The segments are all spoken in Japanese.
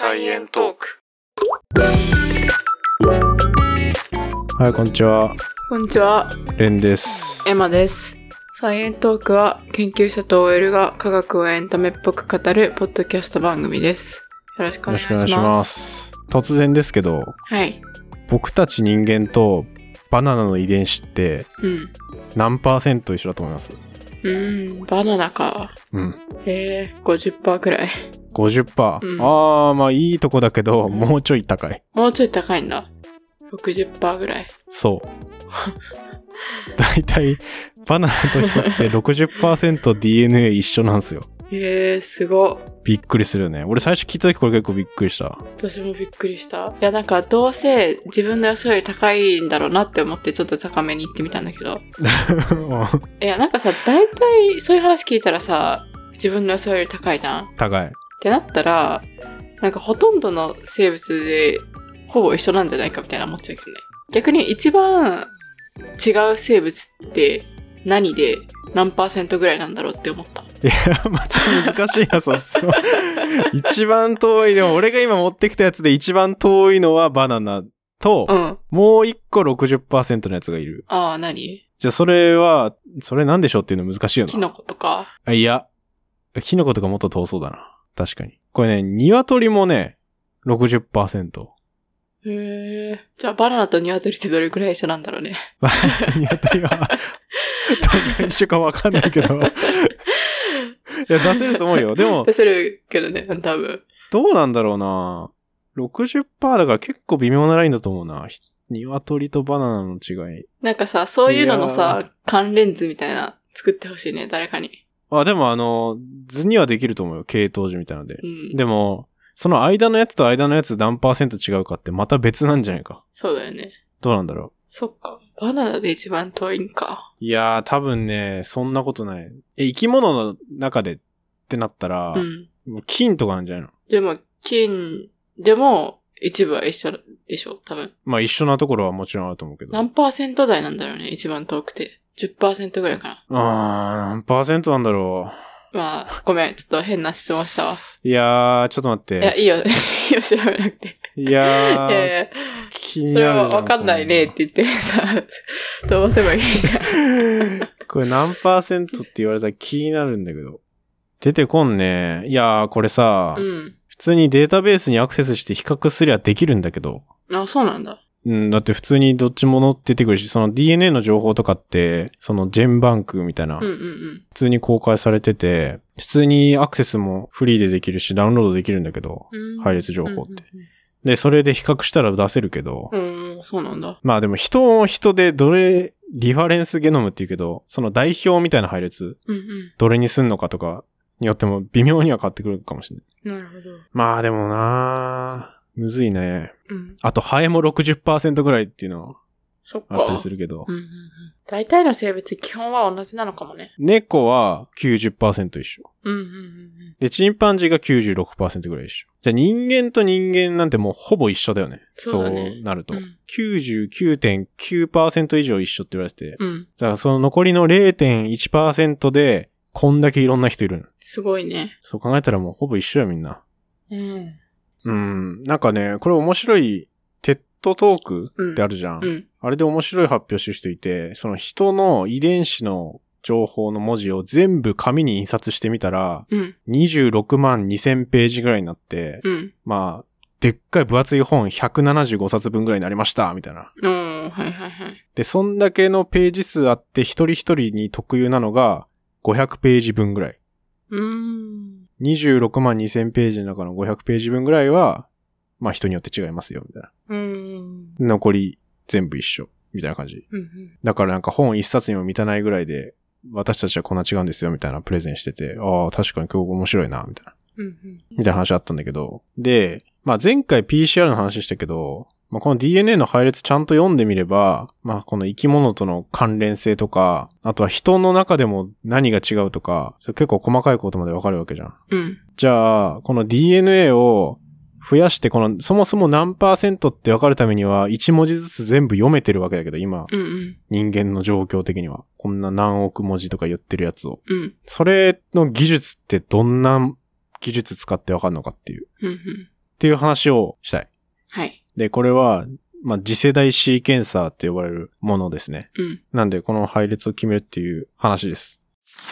サイエントーク。 はい、こんにちは。 こんにちは。 レンです。 エマです。サイエントークは研究者と OL が科学をエンタメっぽく語るポッドキャスト番組です。よろしくお願いします。よろしくお願いします。 突然ですけど、 はい。 僕たち人間とバナナの遺伝子って何%一緒だと思います？ バナナか。50% くらい。 50%、まあいいとこだけど、もうちょい高い。 もうちょい高いんだ。60% ぐらい。 そう。だいたいバナナと人って 60% DNA 一緒なんですよ。 すごい。 びっくりするよね。俺最初聞いた時これ結構びっくりした。 私もびっくりした。いやなんかどうせ自分の予想より高いんだろうなって思ってちょっと高めに行ってみたんだけど。いやなんかさ、大体そういう話聞いたらさ、自分の予想より高いじゃん。 高い。 ってなったら、なんかほとんどの生物でほぼ一緒なんじゃないかみたいな思っちゃうけどね。逆に一番違う生物って何で何%ぐらいなんだろうって思った。 いや、また難しいな、そう。一番遠い、でも俺が今持ってきたやつで一番遠いのはバナナと、もう一個 60% のやつがいる。 何？ じゃあそれなんでしょうっていうの難しいよな。 キノコとか？ いや、キノコとかもっと遠そうだな。確かに。これね、鶏もね、60%。 じゃあバナナと鶏ってどれくらい一緒なんだろうね。 バナナと鶏は、どれくらい一緒かわかんないけど。いや、出せると思うよ。でも。 出せるけどね、多分。 どうなんだろうな。60% だから結構微妙なラインだと思うな。鶏とバナナの違い。 なんかさ、そういうののさ、関連図みたいな作ってほしいね、誰かに。 でも図にはできると思うよ。系統図みたいなので。でも、その間のやつと間のやつ何%違うかってまた別なんじゃないか。 そうだよね。 どうなんだろう。 そっか。バナナで一番遠いんか。 いやー、多分ね、そんなことない。生き物の中でってなったら、菌とかなんじゃないの？ でも、菌でも一部は一緒でしょ、多分。 まあ一緒なところはもちろんあると思うけど。 何%台なんだろうね、一番遠くて。10% ぐらいかな。 何%なんだろう。まあ、ごめん、ちょっと変な質問したわ。 いやー、ちょっと待って。 いや、いいよ、調べなくて。 いやー、 いや気になる。それはわかんないねって言ってさ、飛ばせばいいじゃん。 これ何%って言われたら気になるんだけど。出てこんね。いやー、これさ、普通にデータベースにアクセスして比較すりゃできるんだけど。 そうなんだ。 だって普通にどっちも出てくるし、その DNA の情報とかって、そのジェンバンクみたいな、普通に公開されてて、普通にアクセスもフリーでできるし、ダウンロードできるんだけど、配列情報って。で、それで比較したら出せるけど、 そうなんだ。 まあでも人でリファレンスゲノムって言うけど、その代表みたいな配列、どれにすんのかとかによっても微妙には変わってくるかもしれない。 なるほど。 まあでもむずいね。あと、ハエも 60% ぐらいっていうのはあったりするけど。 大体の生物基本は同じなのかもね。 猫は 90% 一緒。で、チンパンジーが 96% ぐらい一緒。じゃあ人間と人間なんてもうほぼ一緒だよね。そうなると。99.9% 以上一緒って言われてて。だからその残りの 0.1% でこんだけいろんな人いるの。 すごいね。 そう考えたらもうほぼ一緒やみんな。なんかね、これ面白いテッドトークってあるじゃん。あれで面白い発表してる人いて、その人の遺伝子の情報の文字を全部紙に印刷してみたら、26万2000ページぐらいになって、まあ、でっかい分厚い本175冊分ぐらいになりました、みたいな。で、そんだけのページ数あって一人一人に特有なのが500ページ分ぐらい。26万2000ページの中の500ページ分ぐらいは、まあ人によって違いますよ、みたいな。残り全部一緒、みたいな感じ。だからなんか本一冊にも満たないぐらいで、私たちはこんな違うんですよ、みたいなプレゼンしてて、確かに今日面白いな、みたいな。みたいな話あったんだけど。で、まあ前回 PCR の話したけど、まあ、この DNA の配列ちゃんと読んでみれば、まあこの生き物との関連性とか、あとは人の中でも何が違うとか、それ結構細かいことまでわかるわけじゃん。じゃあ、この DNA を増やして、このそもそも何%ってわかるためには、1文字ずつ全部読めてるわけだけど、今、人間の状況的には。こんな何億文字とか言ってるやつを。それの技術ってどんな技術使ってわかるのかっていう。っっていう話をしたい。 はい。 で、これは、まあ、次世代シーケンサーって呼ばれるものですね。 うん。 なんで、この配列を決めるっていう話です。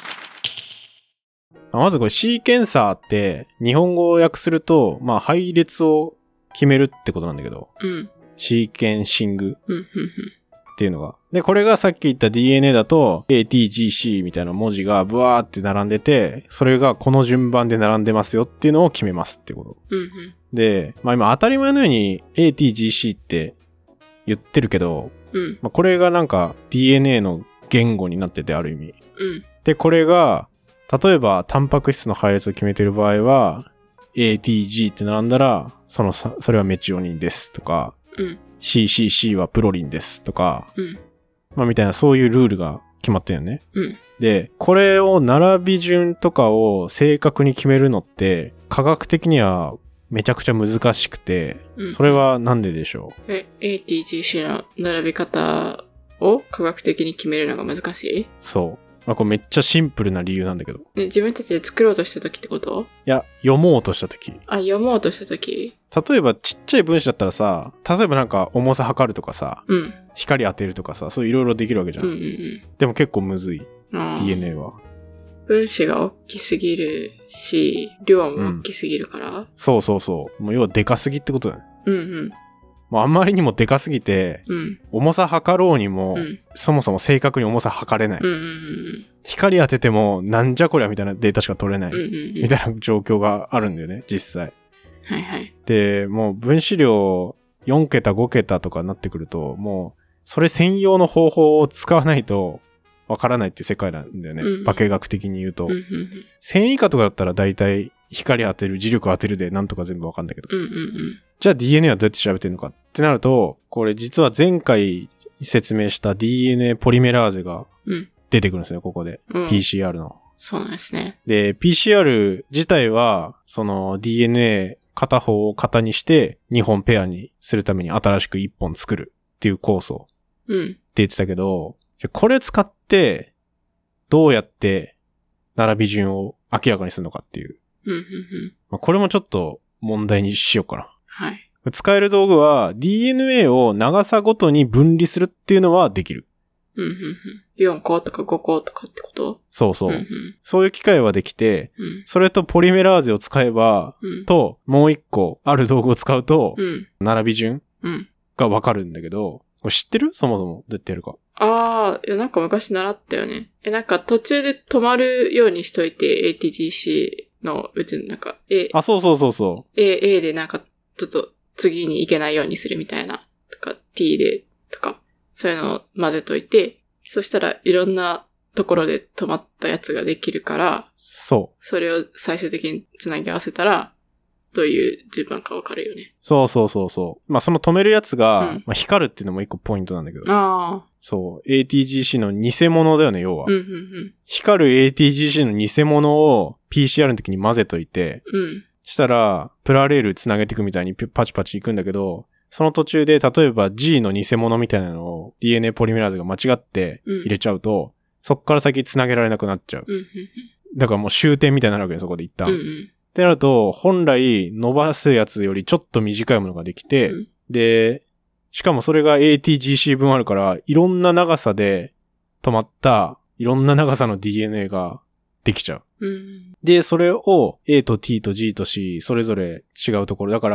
まずこれシーケンサーって、日本語を訳すると、まあ、配列を決めるってことなんだけど、 うん。 シーケンシングうん。 っていうのが。で、これがさっき言った DNA だと、ATGC みたいな文字がブワーって並んでて、それがこの順番で並んでますよっていうのを決めますってこと。 うん。 で、まあ今当たり前のように ATGC って言ってるけど、 うん。 まあこれがなんか DNA の言語になっててある意味。 うん。 で、これが、例えばタンパク質の配列を決めてる場合は、ATG って並んだら、それはメチオニンですとか、 うん。 CCC はプロリンですとか、 うん。 まあみたいなそういうルールが決まってるよね。 うん。 で、これを並び順とかを正確に決めるのって、科学的にはめちゃくちゃ難しくて、それはなんででしょう ？ATGC の並び方を科学的に決めるのが難しい？ そう。まあこれめっちゃシンプルな理由なんだけど。 自分たちで作ろうとした時ってこと？ いや、読もうとした時。 読もうとした時？ 例えばちっちゃい分子だったらさ、例えばなんか重さ測るとかさ、 うん。 光当てるとかさ、そういろいろできるわけじゃん。 うんうんうん。 でも結構むずい。DNA は。 分子が大きすぎるし、量も大きすぎるから、 そうそうそう。もう要はでかすぎってことだね。 うんうん。 もうあんまりにもでかすぎて、 うん、 重さ測ろうにも、そもそも正確に重さ測れない。光当ててもなんじゃこりゃみたいなデータしか取れない。みたいな状況があるんだよね、実際。 はいはい。 で、もう分子量4桁5桁とかになってくると、もうそれ専用の方法を使わないとわからないっていう世界なんだよね。化学的に言うと。1000以下とかだったら大体光当てる、磁力当てるでなんとか全部わかんだけど。じゃあ DNA はどうやって調べてるのかってなると、これ実は前回説明した DNA ポリメラーゼが出てくるんですね、ここで。PCR の。 そうなんですね。 で、PCR 自体は、その DNA 片方を型にして2本ペアにするために新しく1本作るっていう酵素って言ってたけど、これ使ってどうやって並び順を明らかにするのかっていう。これもちょっと問題にしようかな。 はい。 使える道具は DNA を長さごとに分離するっていうのはできる。 4個とか5個とかってこと？ そうそう。そういう機械はできて、それとポリメラーゼを使えば、ともう一個ある道具を使うと、並び順がわかるんだけど、これ知ってる？そもそもどうやってやるか。 いやなんか昔習ったよね。なんか途中で止まるようにしといて、ATGC のうちのなんかそう。 A でなんかちょっと次に行けないようにするみたいな、とか T でとか、そういうのを混ぜといて、そしたらいろんなところで止まったやつができるから、それを最終的につなぎ合わせたら、どういう順番かわかるよね。 そう。まあ、その止めるやつが、光るっていうのも一個ポイントなんだけど。そう。ATGC の偽物だよね、要は。光る ATGC の偽物を PCR の時に混ぜといて、したら、プラレールつなげていくみたいにパチパチいくんだけど、その途中で、例えば G の偽物みたいなのを DNA ポリメラーゼが間違って入れちゃうと、そっから先つなげられなくなっちゃう。だからもう終点みたいになるわけよ、そこで一旦。ってなると、本来伸ばすやつよりちょっと短いものができて、で、しかもそれが ATGC 分あるから、いろんな長さで止まった、いろんな長さの DNA ができちゃう。で、それを A と T と G と C それぞれ違うところ。だから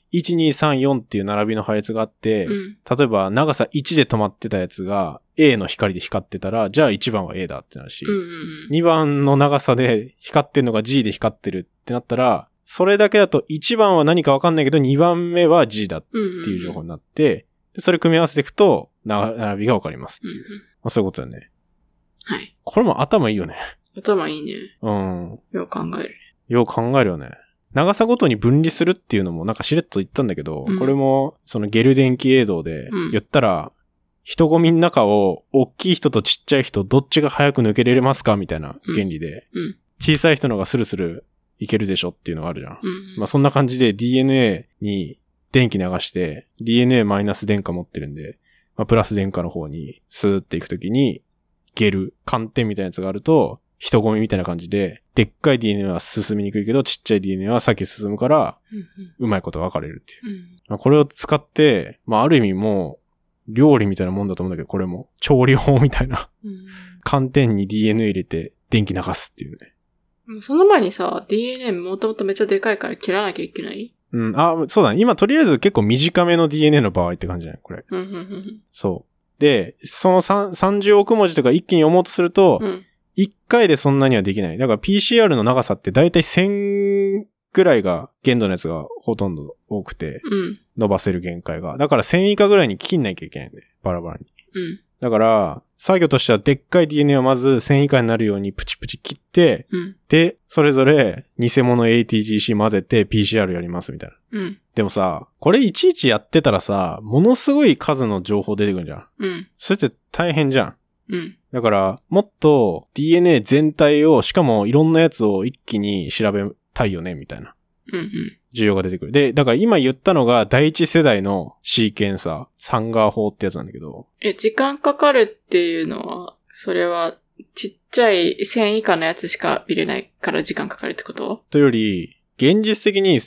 、1、2、3、4っていう並びの配列があって、例えば長さ1で止まってたやつが A の光で光ってたら、じゃあ1番は A だってなるし、2番の長さで光ってるのが G で光ってるってなったら、それだけだと1番は何かわかんないけど2番目は G だっていう情報になって、でそれ組み合わせていくと並びがわかりますっていう。そういうことだね。 はい。 これも頭いいよね。 頭いいね。よく考えるね。 よく考えるよね。長さごとに分離するっていうのもなんかしれっと言ったんだけど、これもそのゲル電気映像で言ったら、人混みの中を大きい人とちっちゃい人どっちが早く抜けれますかみたいな原理で、小さい人の方がスルスルいけるでしょっていうのがあるじゃん。まあそんな感じで DNA に電気流して DNA マイナス電荷持ってるんで、まあ、プラス電荷の方にスーっていくときにゲル、寒天みたいなやつがあると人混みみたいな感じででっかい DNA は進みにくいけど、ちっちゃい DNA は先進むから、うまいこと分かれるっていう。これを使って、まあある意味もう、料理みたいなもんだと思うんだけど、これも調理法みたいな。寒天に DNA 入れて電気流すっていうね。 その前にさ、DNA もともとめっちゃでかいから切らなきゃいけない？ そうだね。今とりあえず結構短めの DNA の場合って感じじゃないこれ。そう。で、その30億文字とか一気に読もうとすると、1回でそんなにはできない。だから PCR の長さってだいたい1000ぐらいが限度のやつがほとんど多くて、伸ばせる限界が。だから1000以下ぐらいに切んなきゃいけないんで、バラバラに。だから、作業としてはでっかい DNA をまず1000以下になるようにプチプチ切って、で、それぞれ偽物 ATGC 混ぜて PCR やりますみたいな。でもさ、これいちいちやってたらさ、ものすごい数の情報出てくるじゃん。それって大変じゃん。だから、もっと DNA 全体を、しかもいろんなやつを一気に調べたいよね、みたいな。需要が出てくる。で、だから今言ったのが第一世代のシーケンサー、サンガー法ってやつなんだけど。 時間かかるっていうのは、それはちっちゃい1000以下のやつしか見れないから時間かかるってこと？ というより、現実的に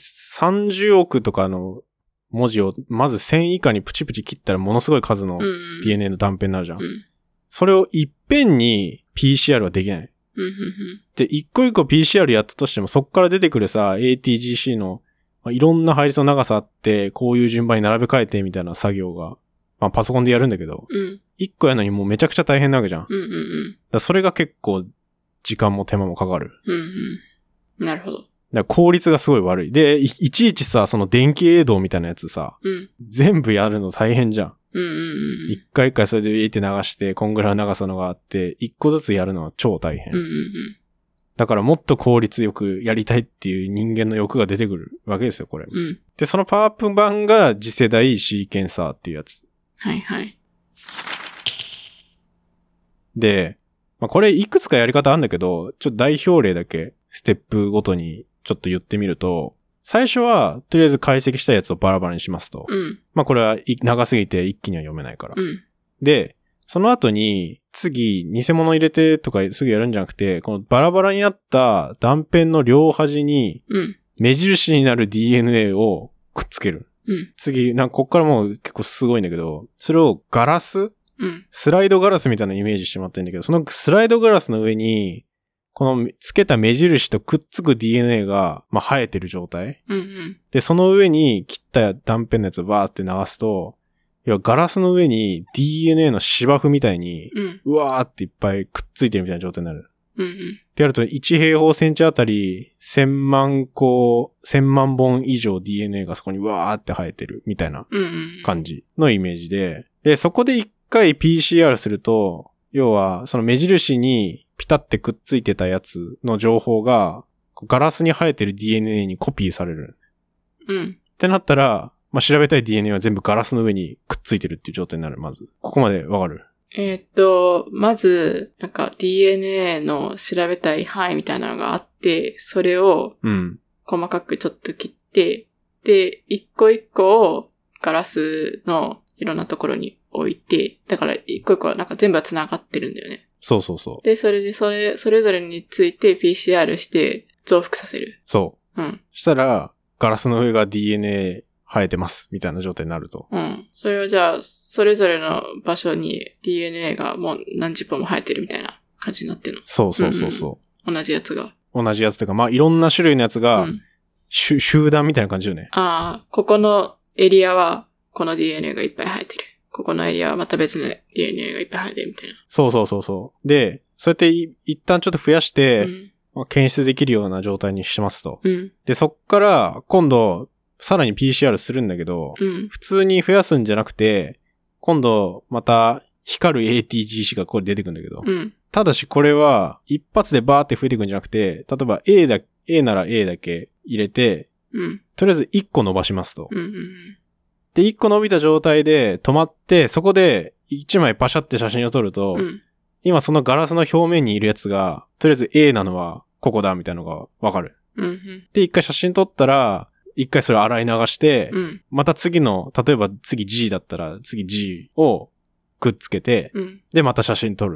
30億とかの文字をまず1000以下にプチプチ切ったらものすごい数の DNA の断片になるじゃん。それをいっぺんに PCR はできない。で、一個一個 PCR やったとしても、そっから出てくるさ、ATGC の、いろんな配列の長さあって、こういう順番に並べ替えてみたいな作業が、パソコンでやるんだけど、一個やるのにもうめちゃくちゃ大変なわけじゃん。だそれが結構、時間も手間もかかる。 なるほど。 だから効率がすごい悪い。で、いちいちさ、その電気映像みたいなやつさ、全部やるの大変じゃん。一回一回それでって流して、こんぐらいの長さのがあって、一個ずつやるのは超大変。だからもっと効率よくやりたいっていう人間の欲が出てくるわけですよ、これ。で、そのパワーアップ版が次世代シーケンサーっていうやつ。で、これいくつかやり方あるんだけど、ちょっと代表例だけステップごとにちょっと言ってみると、最初は、とりあえず解析したやつをバラバラにしますと。これは長すぎて一気には読めないから。で、その後に、次、偽物入れてとかすぐやるんじゃなくて、このバラバラになった断片の両端に、目印になる DNA をくっつける。次、こっからもう結構すごいんだけど、それをガラス、スライドガラスみたいなイメージしてもらってるんだけど、そのスライドガラスの上に、このつけた目印とくっつく DNA が、生えてる状態。で、その上に切った断片のやつをバーって流すと、要はガラスの上に DNA の芝生みたいに、うわーっていっぱいくっついてるみたいな状態になる。ってやると、1平方センチあたり1000万本以上 DNA がそこにうわーって生えてるみたいな感じのイメージで、で、そこで一回 PCR すると、要はその目印にピタってくっついてたやつの情報が、ガラスに生えてる DNA にコピーされる。ってなったら、調べたい DNA は全部ガラスの上にくっついてるっていう状態になる、まず。ここまでわかる？ まず、DNA の調べたい範囲みたいなのがあって、それを、細かくちょっと切って、で、一個一個をガラスのいろんなところに置いて、だから一個一個は全部は繋がってるんだよね。 そう。 で、それぞれについて PCR して増幅させる。 そう。したら、ガラスの上が DNA 生えてます、みたいな状態になると。 それをじゃあ、それぞれの場所に DNA がもう何十本も生えてるみたいな感じになってるの。 そう。 同じやつが。 同じやつというか、いろんな種類のやつが、集団みたいな感じよね。 ここのエリアは、この DNA がいっぱい生えてる。ここのエリアはまた別の DNA がいっぱい生えてるみたいな。そう。 で、そうやって一旦ちょっと増やして、検出できるような状態にしますと。で、そっから今度、さらに PCR するんだけど、普通に増やすんじゃなくて、今度また光る ATGC がここで出てくるんだけど、ただしこれは一発でバーって増えていくんじゃなくて、例えば A なら A だけ入れて、とりあえず1個伸ばしますと。で、1個伸びた状態で止まって、そこで1枚パシャって写真を撮ると、今そのガラスの表面にいるやつが、とりあえず A なのはここだみたいなのがわかる。で、一回写真撮ったら、一回それ洗い流して、また次の、例えば次 G だったら次 G をくっつけて、で、また写真撮る。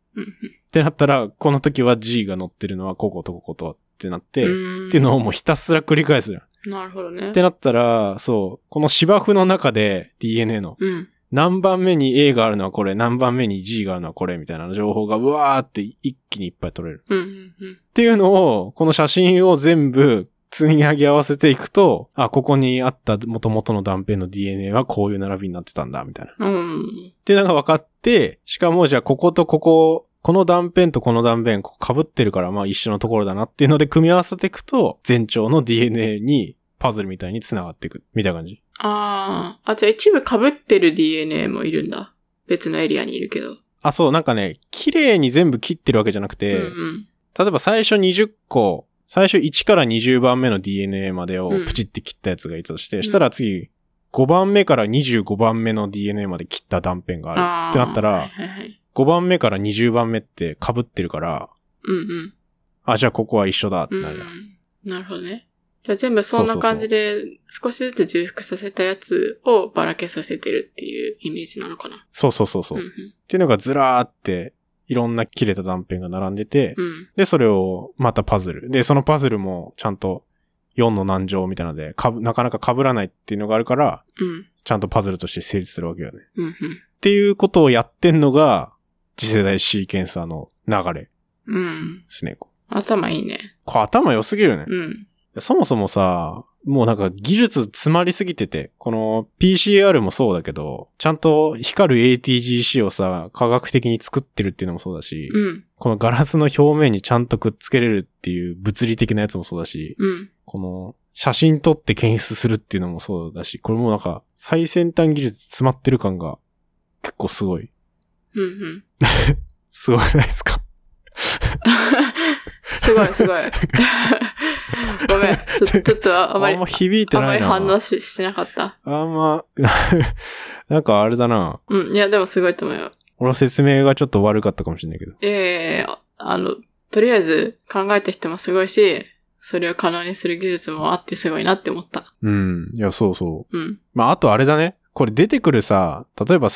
ってなったら、この時は G が乗ってるのはこことこことってなって、っていうのをもうひたすら繰り返すじゃん。 なるほどね。 ってなったら、そう、この芝生の中で DNA の、何番目に A があるのはこれ、何番目に G があるのはこれみたいな情報がうわーって一気にいっぱい取れる。っていうのを、この写真を全部積み上げ合わせていくと、あ、ここにあった元々の断片の DNA はこういう並びになってたんだ、みたいな。っていうのが分かって、しかもじゃあこことここ、この断片とこの断片被ってるからまあ一緒のところだなっていうので組み合わせていくと、全長の DNA にパズルみたいに繋がっていく、みたいな感じ。 じゃあ一部被ってる DNA もいるんだ。別のエリアにいるけど。 あ、そう、なんかね、綺麗に全部切ってるわけじゃなくて、例えば最初20個、最初1から20番目の DNA までをプチって切ったやつがいたとして、したら次5番目から25番目の DNA まで切った断片があるってなったら、5番目から20番目って被ってるから、あ、じゃあここは一緒だってなる。 なるほどね。じゃあ全部そんな感じで少しずつ重複させたやつをばらけさせてるっていうイメージなのかな。 そう。っていうのがずらーっていろんな切れた断片が並んでて、で、それをまたパズル。で、そのパズルもちゃんと4の何乗みたいなので、なかなか被らないっていうのがあるから、ちゃんとパズルとして成立するわけよね。っていうことをやってんのが、次世代シーケンサーの流れ。ですね。 頭いいね。 これ頭良すぎるよね。そもそもさ、もうなんか技術詰まりすぎてて、この PCR もそうだけど、ちゃんと光る ATGC をさ、科学的に作ってるっていうのもそうだし、このガラスの表面にちゃんとくっつけれるっていう物理的なやつもそうだし、この写真撮って検出するっていうのもそうだし、これもなんか最先端技術詰まってる感が結構すごい。すごいないですか？ すごい。ごめん。ちょっとあんまり響いてないな。 あんまり反応しなかった。 なんかあれだな。 いや、でもすごいと思うよ。 俺の説明がちょっと悪かったかもしれないけど。 とりあえず考えた人もすごいし、それを可能にする技術もあってすごいなって思った。 いや、そう。あとあれだね。これ出てくるさ、例えば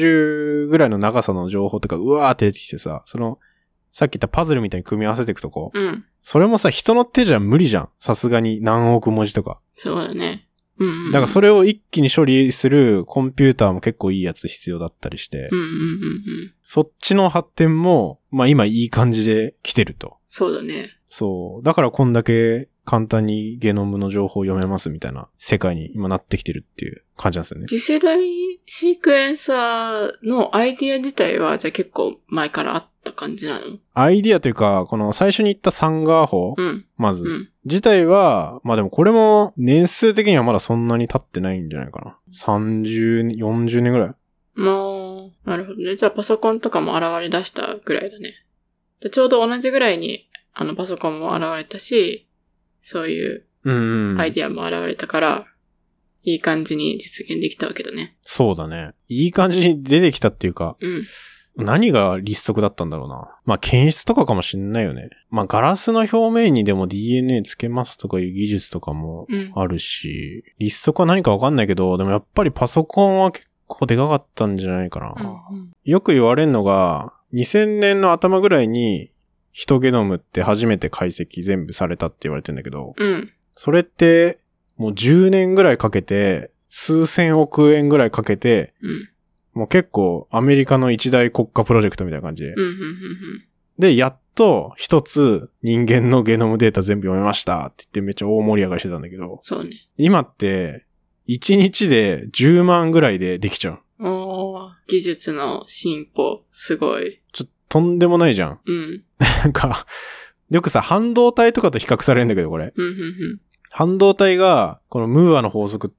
30ぐらいの長さの情報とかうわーって出てきてさ、さっき言ったパズルみたいに組み合わせていくとこ。それもさ、人の手じゃ無理じゃん。さすがに何億文字とか。 そうだね。 だからそれを一気に処理するコンピューターも結構いいやつ必要だったりして。そっちの発展も、今いい感じで来てると。 そうだね。 そう。だからこんだけ簡単にゲノムの情報を読めますみたいな世界に今なってきてるっていう感じなんですよね。 次世代シークエンサーのアイディア自体はじゃあ結構前からあった感じなの？ アイディアというか、この最初に言ったサンガー法、まず、自体は、でもこれも年数的にはまだそんなに経ってないんじゃないかな。30、40年ぐらい。 なるほどね。じゃあパソコンとかも現れ出したぐらいだね。ちょうど同じぐらいにパソコンも現れたし、そういうアイディアも現れたから、いい感じに実現できたわけだね。 そうだね。いい感じに出てきたっていうか、何が立足だったんだろうな。検出とかかもしんないよね。ガラスの表面にでも DNA つけますとかいう技術とかもあるし、立足は何かわかんないけど、でもやっぱりパソコンは結構でかかったんじゃないかな。よく言われるのが、2000年の頭ぐらいにヒトゲノムって初めて解析全部されたって言われてるんだけど、それってもう10年ぐらいかけて、数千億円ぐらいかけて、もう結構アメリカの一大国家プロジェクトみたいな感じで。で、やっと一つ人間のゲノムデータ全部読めましたって言ってめっちゃ大盛り上がりしてたんだけど。 そうね。 今って1日で10万ぐらいでできちゃう。 技術の進歩、すごい。 とんでもないじゃん。なんか、よくさ、半導体とかと比較されるんだけど、これ。半導体が、このムーアの法則って、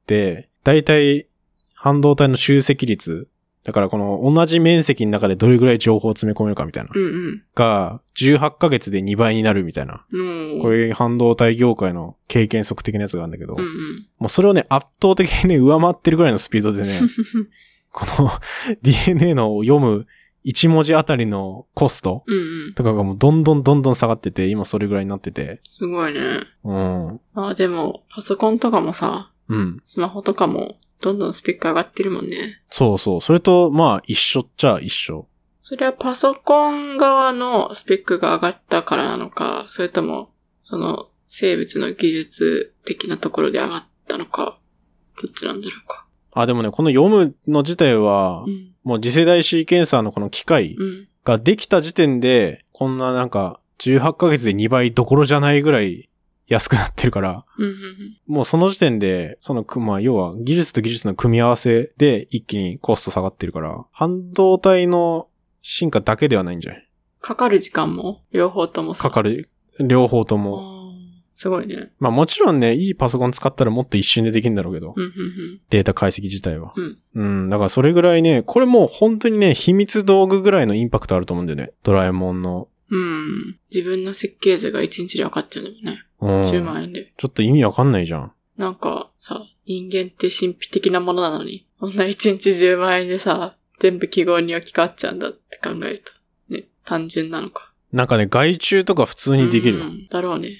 だいたい半導体の集積率、だからこの同じ面積の中でどれぐらい情報を詰め込めるかみたいな。が、18ヶ月で2倍になるみたいな。こういう半導体業界の経験則的なやつがあるんだけど、もうそれをね、圧倒的にね、上回ってるぐらいのスピードでね、この DNA の読む1文字あたりのコストとかがもうどんどん下がってて、今それぐらいになってて。 すごいね。でも、パソコンとかもさ、スマホとかもどんどんスペック上がってるもんね。 そう。それと、一緒っちゃ一緒。 それはパソコン側のスペックが上がったからなのか、それとも、その生物の技術的なところで上がったのか、どっちなんだろうか。 でもね、この読むの自体は、もう次世代シーケンサーのこの機械ができた時点で、こんななんか18ヶ月で2倍どころじゃないぐらい安くなってるから、もうその時点で、まあ要は技術と技術の組み合わせで一気にコスト下がってるから、半導体の進化だけではないんじゃない？ かかる時間も両方ともさ。 かかる、両方とも。 すごいね。 まあもちろんね、いいパソコン使ったらもっと一瞬でできるんだろうけど。データ解析自体は。だからそれぐらいね、これもう本当にね、秘密道具ぐらいのインパクトあると思うんだよね。ドラえもんの。 自分の設計図が1日で分かっちゃうんだもんね。10万円で。 ちょっと意味わかんないじゃん。 なんかさ、人間って神秘的なものなのに、こんな1日10万円でさ、全部記号に置き換わっちゃうんだって考えると。ね、単純なのか。 なんかね、外注とか普通にできる。 だろうね。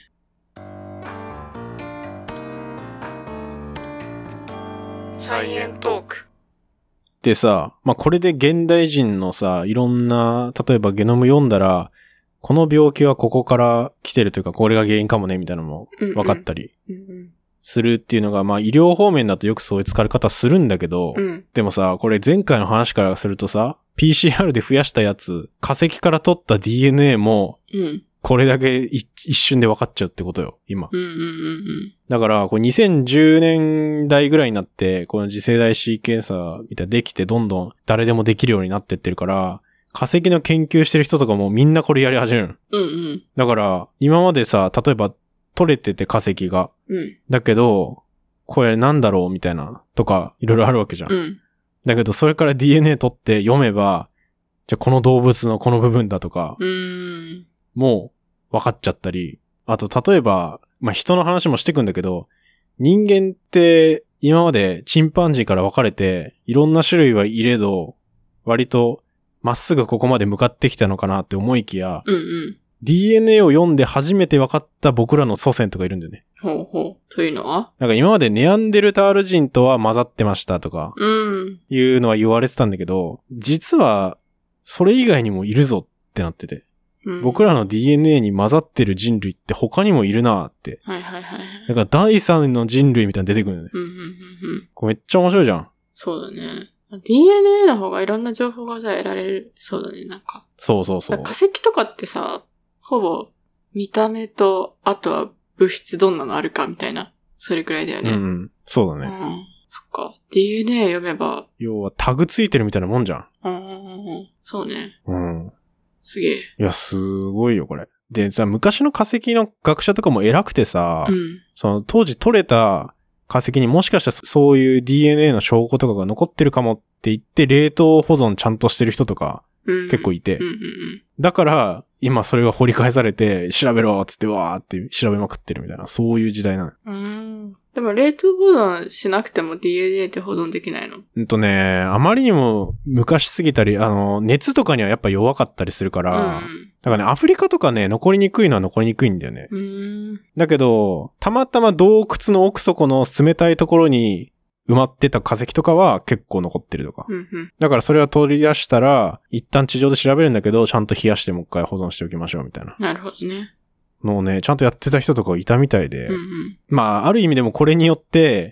サイエントーク。 でさ、まあ、これで現代人のさ、いろんな、例えばゲノム読んだら、この病気はここから来てるというか、これが原因かもね、みたいなのも分かったりするっていうのが、まあ、医療方面だとよくそういう使われ方するんだけど、でもさ、これ前回の話からするとさ、PCR で増やしたやつ、化石から取った DNA も、これだけ一瞬で分かっちゃうってことよ、今。だから、これ2010年代ぐらいになって、この次世代シーケンサーみたいなできて、どんどん誰でもできるようになってってるから、化石の研究してる人とかもみんなこれやり始める。だから、今までさ、例えば取れてて化石が。だけど、これなんだろうみたいな、とか、いろいろあるわけじゃん。だけど、それから DNA 取って読めば、じゃあこの動物のこの部分だとか、もう分かっちゃったり、あと例えば、まあ、人の話もしてくんだけど、人間って今までチンパンジーから分かれて、いろんな種類はいれど、割とまっすぐここまで向かってきたのかなって思いきや、DNA を読んで初めて分かった僕らの祖先とかいるんだよね。 というのは？ なんか今までネアンデルタール人とは混ざってましたとか、いうのは言われてたんだけど、実はそれ以外にもいるぞってなってて。僕らの DNA に混ざってる人類って他にもいるなーって。だから第三の人類みたいなの出てくるんだよね。これめっちゃ面白いじゃん。 そうだね。DNA の方がいろんな情報が得られる。そうだね、なんか。 そう。 化石とかってさ、ほぼ見た目と、あとは物質どんなのあるかみたいな。それくらいだよね。 そうだね。 そっか。DNA 読めば。 要はタグついてるみたいなもんじゃん。 そうね。すげえ。 いや、すごいよ、これ。で、さ、昔の化石の学者とかも偉くてさ、その当時取れた化石にもしかしたらそういう DNA の証拠とかが残ってるかもって言って冷凍保存ちゃんとしてる人とか結構いて。だから、今それが掘り返されて、調べろっつってわーって調べまくってるみたいな、そういう時代なの。でも冷凍保存しなくても DNA って保存できないの？ あまりにも昔すぎたり、熱とかにはやっぱ弱かったりするから、だからね、アフリカとかね、残りにくいのは残りにくいんだよね。だけど、たまたま洞窟の奥底の冷たいところに埋まってた化石とかは結構残ってるとか。だからそれは取り出したら、一旦地上で調べるんだけど、ちゃんと冷やしてもう一回保存しておきましょうみたいな。 なるほどね。 のをね、ちゃんとやってた人とかいたみたいで。まあ、ある意味でもこれによって、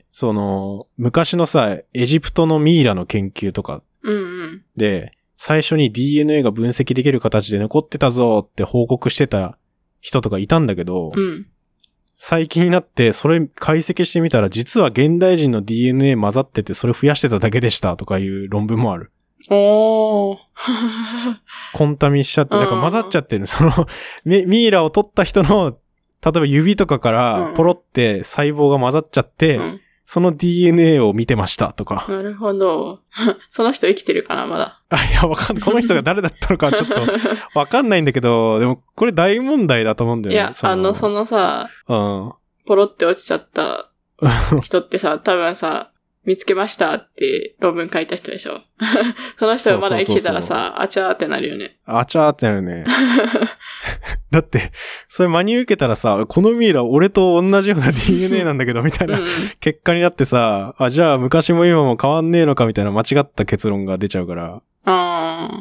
昔のさ、エジプトのミイラの研究とかで、最初に DNA が分析できる形で残ってたぞって報告してた人とかいたんだけど、最近になってそれ解析してみたら実は現代人の DNA 混ざっててそれ増やしてただけでしたとかいう論文もある。コンタミしちゃって、なんか混ざっちゃってる。ミイラを取った人の、例えば指とかからポロって細胞が混ざっちゃって、その DNA を見てましたとか。 なるほど。その人生きてるかな、まだ。 いや、わかんない。この人が誰だったのかちょっとわかんないんだけど、でもこれ大問題だと思うんだよね。 いや、そのさ、ポロって落ちちゃった人ってさ、多分さ、見つけましたって論文書いた人でしょ。その人がまだ生きてたらさ、あちゃーってなるよね。 あちゃーってなるね。だって、それ真に受けたらさ、このミイラ俺と同じような DNA なんだけど、みたいな結果になってさ、じゃあ昔も今も変わんねえのかみたいな間違った結論が出ちゃうから。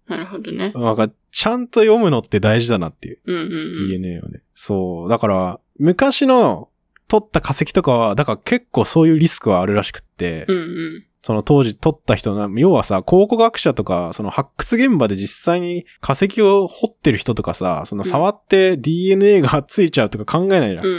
なるほどね。 なんか、ちゃんと読むのって大事だなっていう。 うんうんうん、 DNA をね。そう。だから、昔の取った化石とかは、だから結構そういうリスクはあるらしくって、 うんうん、 その当時取った人の、要はさ、考古学者とか、その発掘現場で実際に化石を掘ってる人とかさ、その触って DNA がついちゃうとか考えないじゃん。 うんうんうん、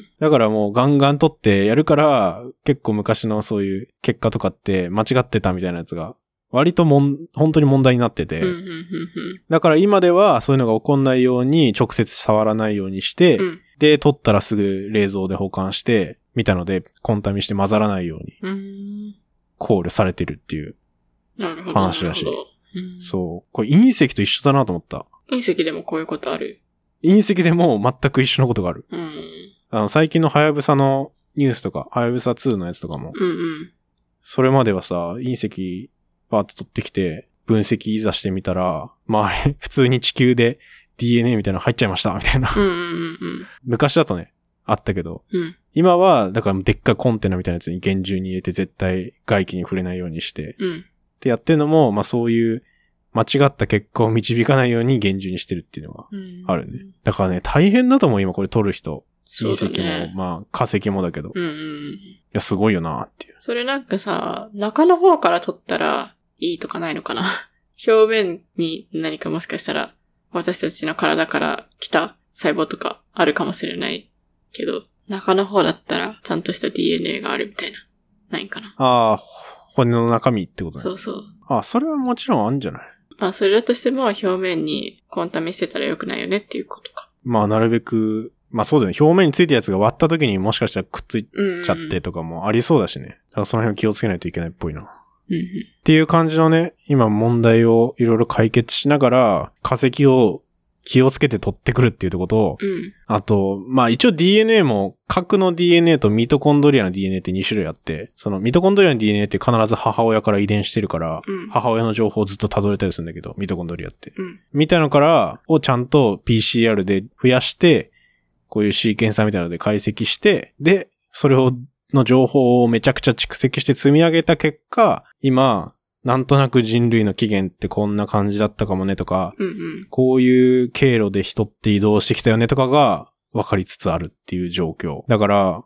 だからもうガンガン取ってやるから、結構昔のそういう結果とかって間違ってたみたいなやつが、割と本当に問題になってて、だから今ではそういうのが起こんないように直接触らないようにして、で、取ったらすぐ冷蔵で保管して、みたいのでコンタミして混ざらないように、考慮されてるっていう話らしい。そう。これ隕石と一緒だなと思った。 隕石でもこういうことある？ 隕石でも全く一緒のことがある。最近のはやぶさのニュースとか、はやぶさ2のやつとかも、それまではさ、隕石バーって取ってきて、分析いざしてみたら、まああれ、普通に地球で DNA みたいなの入っちゃいました、みたいな。昔だとね、あったけど、今は、だからでっかいコンテナみたいなやつに厳重に入れて絶対外気に触れないようにして、ってやってるのも、まあそういう間違った結果を導かないように厳重にしてるっていうのがあるね。だからね、大変だと思う、今これ取る人。隕石も、まあ化石もだけど。いや、すごいよなっていう。 それなんかさ、中の方から取ったらいいとかないのかな？表面に何かもしかしたら私たちの体から来た細胞とかあるかもしれないけど、中の方だったらちゃんとした DNA があるみたいな。ないかな。 ああ、骨の中身ってことね。 そうそう。 あ、それはもちろんあるんじゃない？ まあ、それだとしても表面にコンタミしてたら良くないよねっていうことか。 まあ、なるべく、まあそうだよね。表面についたやつが割った時にもしかしたらくっついちゃってとかもありそうだしね。だからその辺を気をつけないといけないっぽいな。っていう感じのね、今問題をいろいろ解決しながら、化石を気をつけて取ってくるっていうところと、あと、まあ一応 DNA も、核の DNA とミトコンドリアの DNA って2種類あって、そのミトコンドリアの DNA って必ず母親から遺伝してるから、母親の情報をずっと辿れたりするんだけど、ミトコンドリアって。みたいなのから、をちゃんと PCR で増やして、こういうシーケンサーみたいなので解析して、で、それの情報をめちゃくちゃ蓄積して積み上げた結果、今、なんとなく人類の起源ってこんな感じだったかもねとか、こういう経路で人って移動してきたよねとかが分かりつつあるっていう状況。だから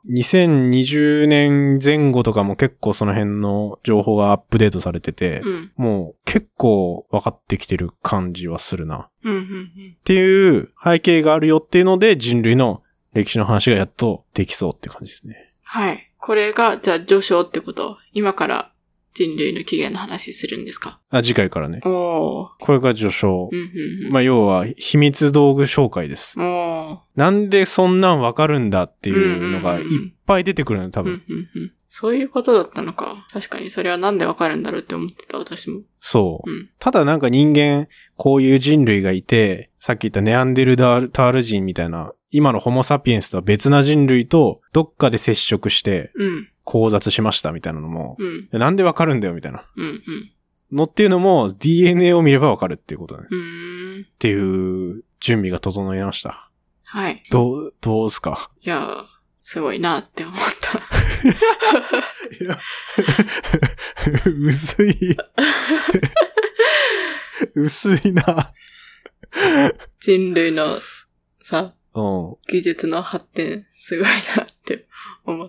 、2020年前後とかも結構その辺の情報がアップデートされてて、もう結構分かってきてる感じはするな。っていう背景があるよっていうので、人類の歴史の話がやっとできそうって感じですね。 はい。これが、じゃあ序章ってこと？今から人類の起源の話するんですか？ 次回からね。 これが序章。まあ、要は、秘密道具紹介です。なんでそんなんわかるんだっていうのがいっぱい出てくるの、多分。 そういうことだったのか。確かにそれはなんでわかるんだろうって思ってた、私も。 そう。ただなんか人間、こういう人類がいて、さっき言ったネアンデルタール人みたいな、今のホモサピエンスとは別な人類とどっかで接触して、交雑しましたみたいなのも、なんでわかるんだよみたいな。のっていうのも DNA を見ればわかるっていうことね。っていう準備が整いました。 はい。 どうすか？ いや、すごいなって思った。 いや薄い。薄いな。 人類のさ、技術の発展すごいなって思った。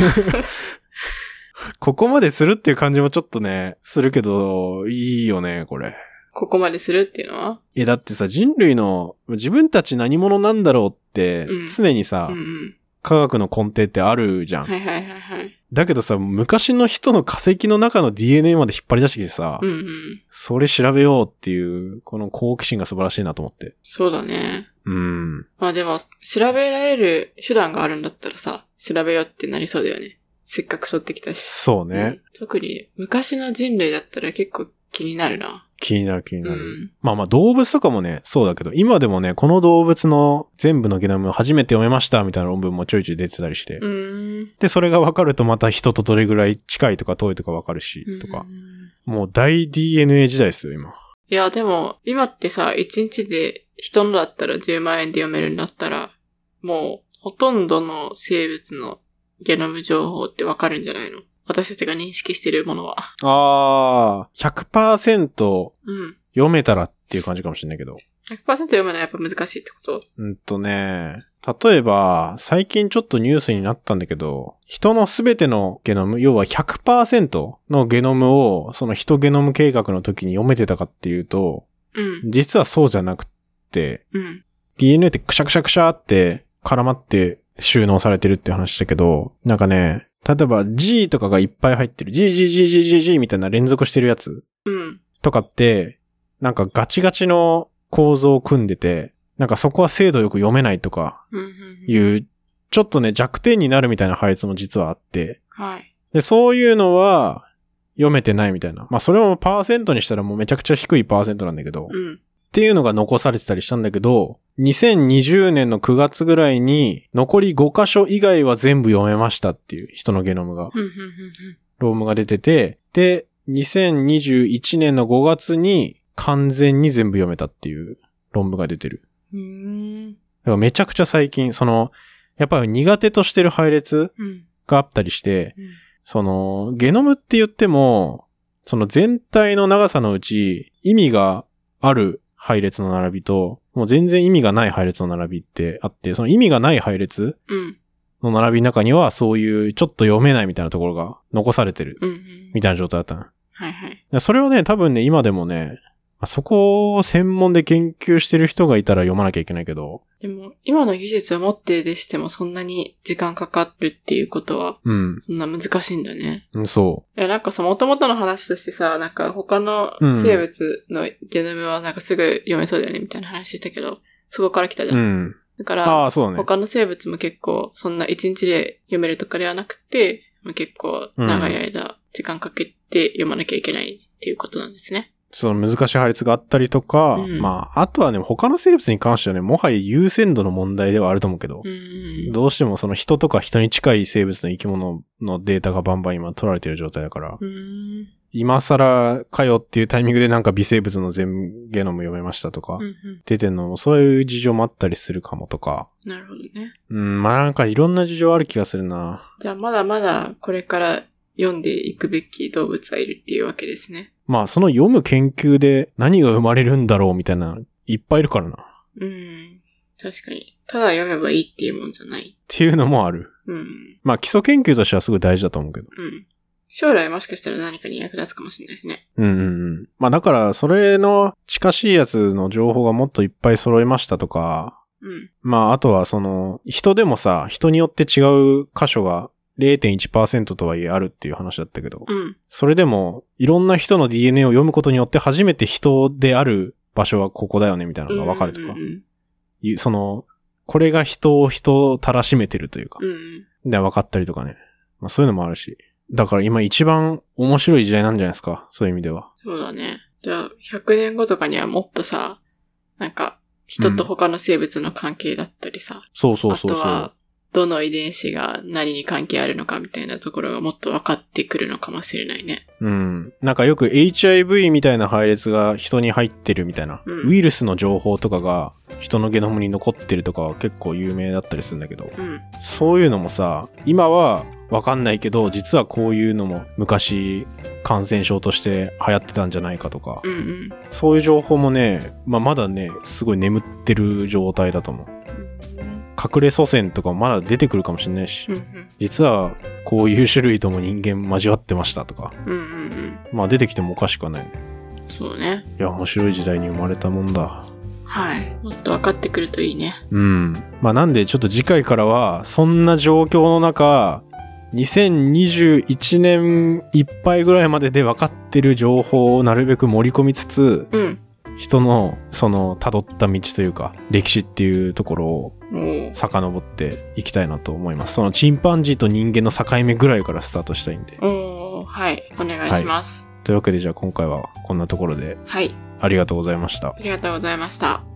ここまでするっていう感じもちょっとね、するけど、いいよね、これ。 ここまでするっていうのは？ だってさ、人類の自分たち何者なんだろうって、常にさ、科学の根底ってあるじゃん。だけどさ、昔の人の化石の中の DNA まで引っ張り出してきてさ、それ調べようっていう、この好奇心が素晴らしいなと思って。 そうだね。まあでも、調べられる手段があるんだったらさ、調べようってなりそうだよね。せっかく取ってきたし。 そうね。 特に昔の人類だったら結構気になるな。 気になる。まあ動物とかもね、そうだけど、今でもね、この動物の全部のゲノムを初めて読めましたみたいな論文もちょいちょい出てたりして。で、それが分かるとまた人とどれぐらい近いとか遠いとか分かるし、とか。もう大 DNA 時代ですよ、今。 いや、でも、今ってさ、1日で人のだったら10万円で読めるんだったら、もう、ほとんどの生物のゲノム情報って分かるんじゃないの？私たちが認識しているものは。 100% 読読めたらっていう感じかもしれないけど。 100% 読むのはやっぱ難しいってこと？ 例えば、最近ちょっとニュースになったんだけど、人のすべてのゲノム、要は 100% のゲノムを、その人ゲノム計画の時に読めてたかっていうと、実はそうじゃなくて、DNA ってクシャクシャクシャって絡まって収納されてるって話だけど、なんかね、例えば G とかがいっぱい入ってる、G みたいな連続してるやつとかって、なんかガチガチの構造を組んでて、なんかそこは精度よく読めないとかいう、ちょっとね弱点になるみたいな配列も実はあって、 はい。 で、そういうのは読めてないみたいな。まあそれもパーセントにしたらもうめちゃくちゃ低いパーセントなんだけど、っていうのが残されてたりしたんだけど、2020年の9月ぐらいに残り5箇所以外は全部読めましたっていう人のゲノムが、ロームが出てて、で、2021年の5月に完全に全部読めたっていう論文が出てる。だからめちゃくちゃ最近、やっぱり苦手としてる配列があったりして、ゲノムって言っても、全体の長さのうち意味がある配列の並びと、もう全然意味がない配列の並びってあって、その意味がない配列の並びの中にはそういうちょっと読めないみたいなところが残されてるみたいな状態だったの。 はいはい。 それをね、多分ね、今でもね、そこを専門で研究してる人がいたら読まなきゃいけないけど。 でも、今の技術を持ってでしてもそんなに時間かかるっていうことは、そんな難しいんだね。 そう。 いや、なんかさ、元々の話としてさ、なんか他の生物のゲノムはなんかすぐ読めそうだよねみたいな話したけど、そこから来たじゃん。だから、他の生物も結構そんな1日で読めるとかではなくて、結構長い間時間かけて読まなきゃいけないっていうことなんですね。 その難しい配列があったりとか、まあ、あとはね、他の生物に関してはね、もはや優先度の問題ではあると思うけど、どうしてもその人とか人に近い生物の生き物のデータがバンバン今取られてる状態だから、今更かよっていうタイミングでなんか微生物の全ゲノム読めましたとか、出てんのもそういう事情もあったりするかもとか。 なるほどね。 まあなんかいろんな事情ある気がするな。 じゃあまだまだこれから読んでいくべき動物はいるっていうわけですね。 まあその読む研究で何が生まれるんだろうみたいないっぱいいるからな。 確かに。ただ読めばいいっていうもんじゃない。 っていうのもある。まあ基礎研究としてはすごい大事だと思うけど。 将来もしかしたら何かに役立つかもしれないですね。 まあだからそれの近しいやつの情報がもっといっぱい揃いましたとか、まああとは人でもさ、人によって違う箇所が0.1% とはいえあるっていう話だったけど、それでもいろんな人の DNA を読むことによって初めて人である場所はここだよねみたいなのがわかるとか、これが人をたらしめてるというか、で分かったりとかね、まあそういうのもあるし、だから今一番面白い時代なんじゃないですか、そういう意味では。 そうだね。じゃあ100年後とかにはもっとさ、なんか人と他の生物の関係だったりさ、あとはどの遺伝子が何に関係あるのかみたいなところがもっと分かってくるのかもしれないね。 なんかよく HIV みたいな配列が人に入ってるみたいな、ウイルスの情報とかが人のゲノムに残ってるとかは結構有名だったりするんだけど、そういうのもさ、今は分かんないけど、実はこういうのも昔感染症として流行ってたんじゃないかとか、そういう情報もね、まだね、すごい眠ってる状態だと思う。隠れ祖先とかもまだ出てくるかもしれないし、実はこういう種類とも人間交わってましたとか、まあ出てきてもおかしくはない。 そうね。 いや、面白い時代に生まれたもんだ。 はい。もっと分かってくるといいね。 まあなんでちょっと次回からは、そんな状況の中、2021年いっぱいぐらいまでで分かってる情報をなるべく盛り込みつつ、人の辿った道というか歴史っていうところを遡っていきたいなと思います。チンパンジーと人間の境目ぐらいからスタートしたいんで。 はい。お願いします。 というわけでじゃあ今回はこんなところで。 はい。 ありがとうございました。 ありがとうございました。